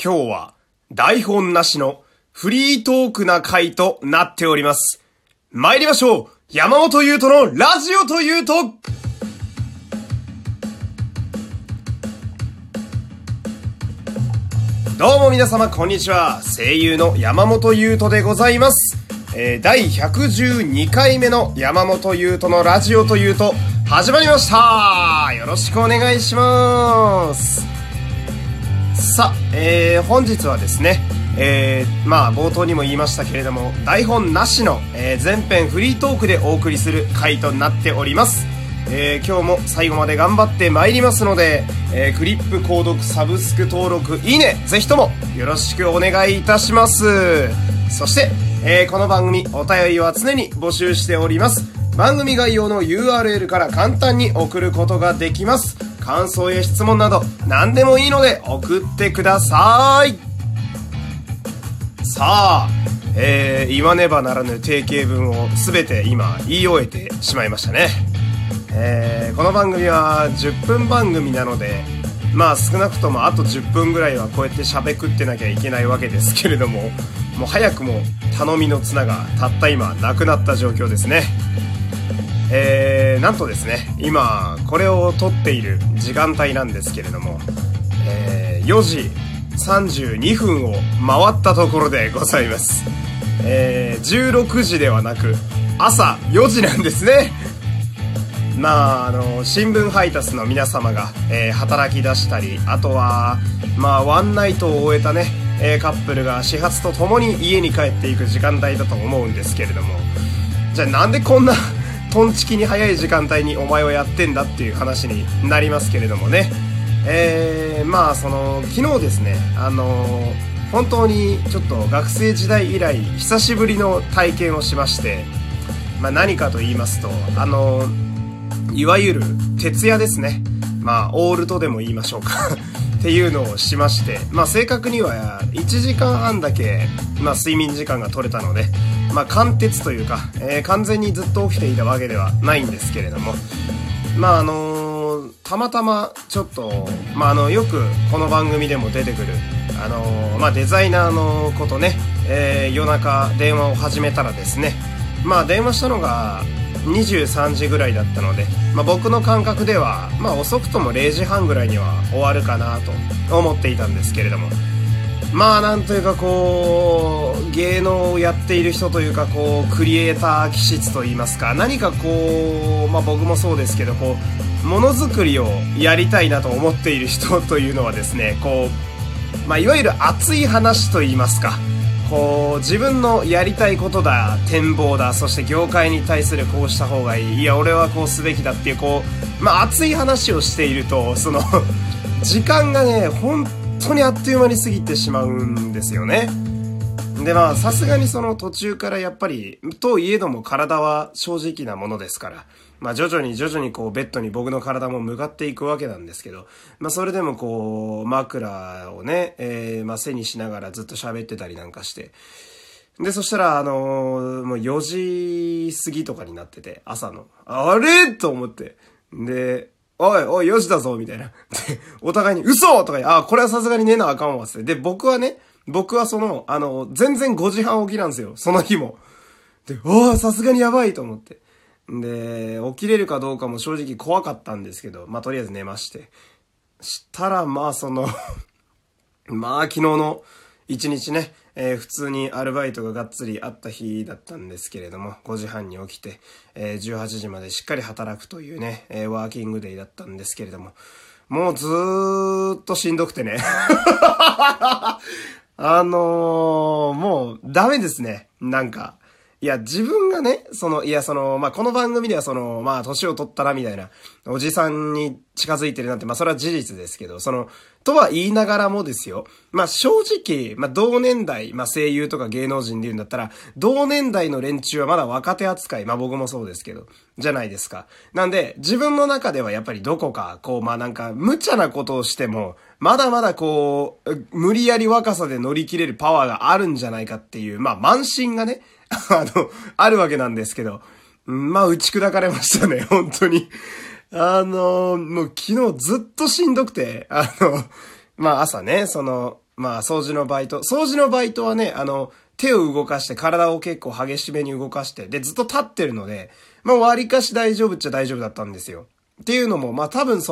今日は台本なしのフリートークな回となっております。参りましょう。山本優斗のラジオというと。どうも皆様こんにちは。声優の山本優斗でございます。第112回目の山本優斗のラジオというと始まりました。よろしくお願いします。さあ、本日はですね、冒頭にも言いましたけれども、台本なしの、全編フリートークでお送りする回となっております。今日も最後まで頑張ってまいりますので、クリップ購読サブスク登録いいねぜひともよろしくお願いいたします。そして、この番組お便りは常に募集しております。番組概要の URL から簡単に送ることができます。感想や質問など何でもいいので送ってください。さあ、言わねばならぬ定型文を全て今言い終えてしまいましたね。この番組は10分番組なので、少なくともあと10分ぐらいはこうやって喋くってなきゃいけないわけですけれども、もう早くも頼みの綱がたった今なくなった状況ですね。なんとですね、今これを撮っている時間帯なんですけれども、4時32分を回ったところでございます。16時ではなく朝4時なんですね。新聞配達の皆様が、働き出したり、あとはワンナイトを終えたね、カップルが始発とともに家に帰っていく時間帯だと思うんですけれども、じゃあなんでこんなトンチキに早い時間帯にお前はやってんだっていう話になりますけれどもね。昨日ですね、本当にちょっと学生時代以来久しぶりの体験をしまして、何かと言いますと、いわゆる徹夜ですね。オールとでも言いましょうかっていうのをしまして、正確には1時間半だけ、睡眠時間が取れたので、完徹というか、完全にずっと起きていたわけではないんですけれども、たまたまちょっと、よくこの番組でも出てくる、デザイナーの子とね、夜中電話を始めたらですね、電話したのが23時ぐらいだったので、僕の感覚では、遅くとも0時半ぐらいには終わるかなと思っていたんですけれども、なんというかこう、芸能をやっている人というか、こう、クリエイター気質といいますか、何かこう、僕もそうですけど、こう、ものづくりをやりたいなと思っている人というのはですね、こう、いわゆる熱い話といいますか、こう自分のやりたいことだ、展望だ、そして業界に対するこうした方がいい、いや俺はこうすべきだっていうこう、熱い話をしていると、その時間がね本当にあっという間に過ぎてしまうんですよね。でさすがにその途中からやっぱりといえども体は正直なものですから、徐々にこうベッドに僕の体も向かっていくわけなんですけど、それでもこう枕をね、背にしながらずっと喋ってたりなんかして、でそしたらもう4時過ぎとかになってて、朝のあれと思って、でおい4時だぞみたいなでお互いに嘘とか、これはさすがに寝なあかんわって、で僕はその全然5時半起きなんですよ、その日も。でさすがにやばいと思って、で起きれるかどうかも正直怖かったんですけど、とりあえず寝まして、したらその昨日の一日ね、普通にアルバイトががっつりあった日だったんですけれども、5時半に起きて、18時までしっかり働くというね、ワーキングデイだったんですけれども、もうずーっとしんどくてねもうダメですね。なんかいや自分がね、この番組では年を取ったらみたいなおじさんに近づいてるなんて、それは事実ですけど、とは言いながらもですよ、正直同年代、声優とか芸能人で言うんだったら同年代の連中はまだ若手扱い、僕もそうですけどじゃないですか。なんで自分の中ではやっぱりどこかこうなんか無茶なことをしてもまだまだこう無理やり若さで乗り切れるパワーがあるんじゃないかっていう慢心がねあるわけなんですけど、打ち砕かれましたね、本当に。もう昨日ずっとしんどくて、朝ね、 まあ、掃除のバイト。掃除のバイトはね、手を動かして体を結構激しめに動かして、で、ずっと立ってるので、まあ、割かし大丈夫っちゃ大丈夫だったんですよ。っていうのも、まあ、多分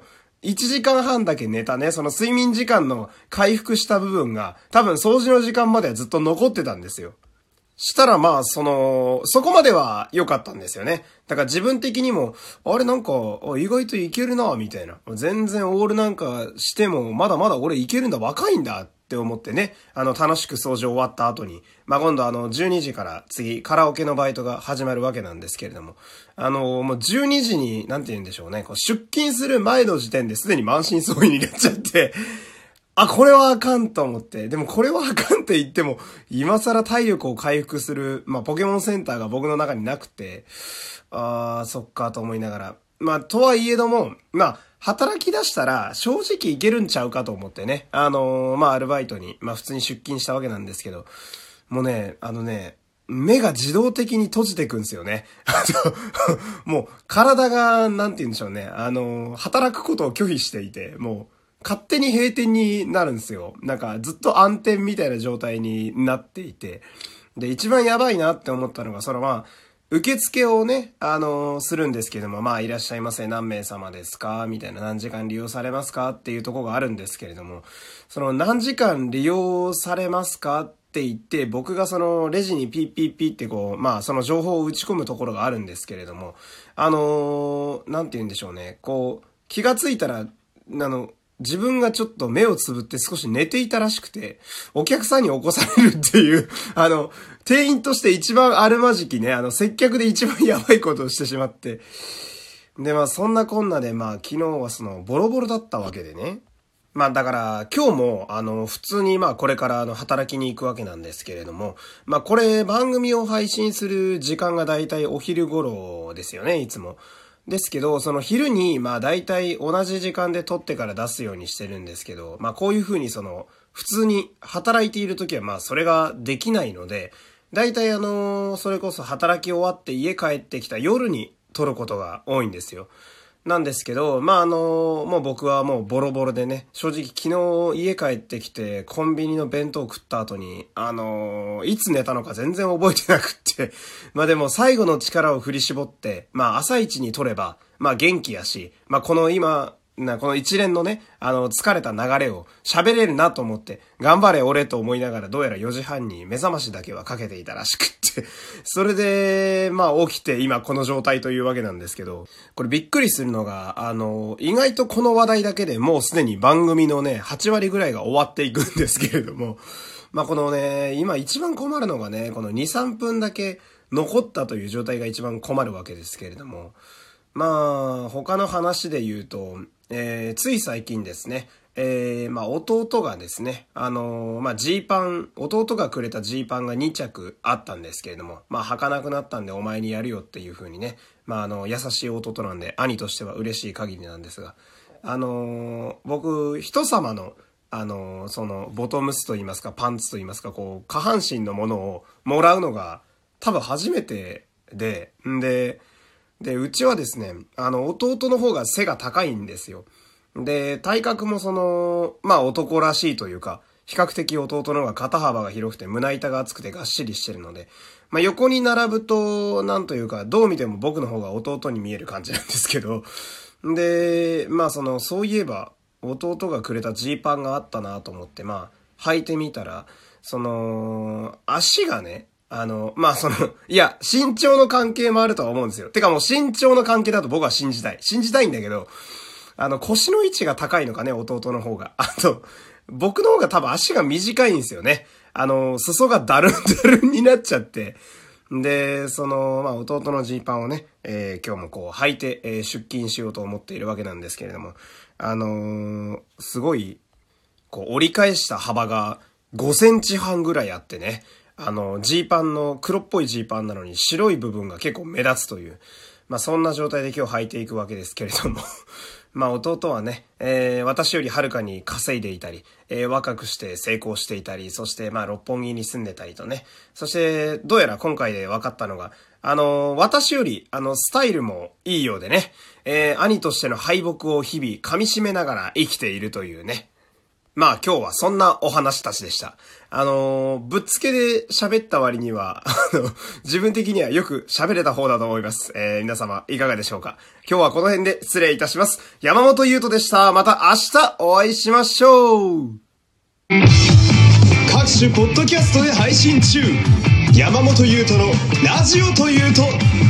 1時間半だけ寝たね、その睡眠時間の回復した部分が、多分掃除の時間まではずっと残ってたんですよ。したらまあ、そこまでは良かったんですよね。だから自分的にも、あれなんか、意外といけるな、みたいな。全然オールなんかしても、まだまだ俺いけるんだ、若いんだって思ってね。楽しく掃除終わった後に、まあ今度12時から次、カラオケのバイトが始まるわけなんですけれども、もう12時に、なんて言うんでしょうね。出勤する前の時点ですでに満身創痍になっちゃって、あ、これはあかんと思って。でもこれはあかんって言っても、今更体力を回復する、まあポケモンセンターが僕の中になくて、そっかと思いながら。まあとはいえども、まあ働き出したら正直いけるんちゃうかと思ってね。まあアルバイトに、まあ普通に出勤したわけなんですけど、もうね、目が自動的に閉じていくんですよね。もう体が、なんて言うんでしょうね。働くことを拒否していて、もう、勝手に閉店になるんですよ。なんかずっと暗転みたいな状態になっていて。で、一番やばいなって思ったのが、まあ、受付をね、するんですけども、まあ、いらっしゃいませ、何名様ですかみたいな、何時間利用されますかっていうところがあるんですけれども、何時間利用されますかって言って、僕がレジにピッピッピッってまあ、情報を打ち込むところがあるんですけれども、なんて言うんでしょうね、気がついたら、自分がちょっと目をつぶって少し寝ていたらしくて、お客さんに起こされるっていう、店員として一番あるまじきね、接客で一番やばいことをしてしまって。で、まあそんなこんなで、まあ昨日はボロボロだったわけでね。まあだから今日も普通にまあこれから働きに行くわけなんですけれども、まあこれ番組を配信する時間がだいたいお昼頃ですよね、いつも。ですけど、昼に、まあ大体同じ時間で撮ってから出すようにしてるんですけど、まあこういう風に普通に働いている時はまあそれができないので、大体それこそ働き終わって家帰ってきた夜に撮ることが多いんですよ。なんですけど、まあもう僕はもうボロボロでね、正直昨日家帰ってきてコンビニの弁当食った後に、いつ寝たのか全然覚えてなくって、まあでも最後の力を振り絞って、まあ朝一に撮れば、まあ元気やし、まあこの一連のね、疲れた流れを喋れるなと思って、頑張れ俺と思いながらどうやら4時半に目覚ましだけはかけていたらしくって、それで、まあ起きて今この状態というわけなんですけど、これびっくりするのが、意外とこの話題だけでもうすでに番組のね、8割ぐらいが終わっていくんですけれども、まあこのね、今一番困るのがね、この2、3分だけ残ったという状態が一番困るわけですけれども、まあ他の話で言うと、つい最近ですね、まあ弟がですね、まあジーパン、弟がくれたジーパンが2着あったんですけれども、まあ履かなくなったんでお前にやるよっていう風にね、まあ優しい弟なんで兄としては嬉しい限りなんですが、僕人様のボトムスと言いますかパンツと言いますか下半身のものをもらうのが多分初めてで、うちはですね、弟の方が背が高いんですよ。で、体格もまあ男らしいというか、比較的弟の方が肩幅が広くて胸板が厚くてがっしりしてるので、まあ横に並ぶと、なんというか、どう見ても僕の方が弟に見える感じなんですけど、で、まあそういえば、弟がくれたジーパンがあったなと思って、まあ、履いてみたら、足がね、まあいや、身長の関係もあるとは思うんですよ。てかもう身長の関係だと僕は信じたい。信じたいんだけど、腰の位置が高いのかね、弟の方が。僕の方が多分足が短いんですよね。裾がダルンダルンになっちゃって。で、まあ弟のジーパンをね、今日も履いて、出勤しようと思っているわけなんですけれども、すごい、折り返した幅が5センチ半ぐらいあってね、ジーパンの黒っぽいジーパンなのに白い部分が結構目立つという、まあそんな状態で今日履いていくわけですけれども、まあ弟はね、私よりはるかに稼いでいたり、若くして成功していたり、そしてまあ六本木に住んでたりとね、そしてどうやら今回で分かったのが、私よりスタイルもいいようでね、兄としての敗北を日々噛み締めながら生きているというね、 まあ今日はそんなお話たちでした。ぶっつけで喋った割には、自分的にはよく喋れた方だと思います。皆様いかがでしょうか。今日はこの辺で失礼いたします。山本優斗でした。また明日お会いしましょう。 各種ポッドキャストで配信中。山本優斗のラジオというと。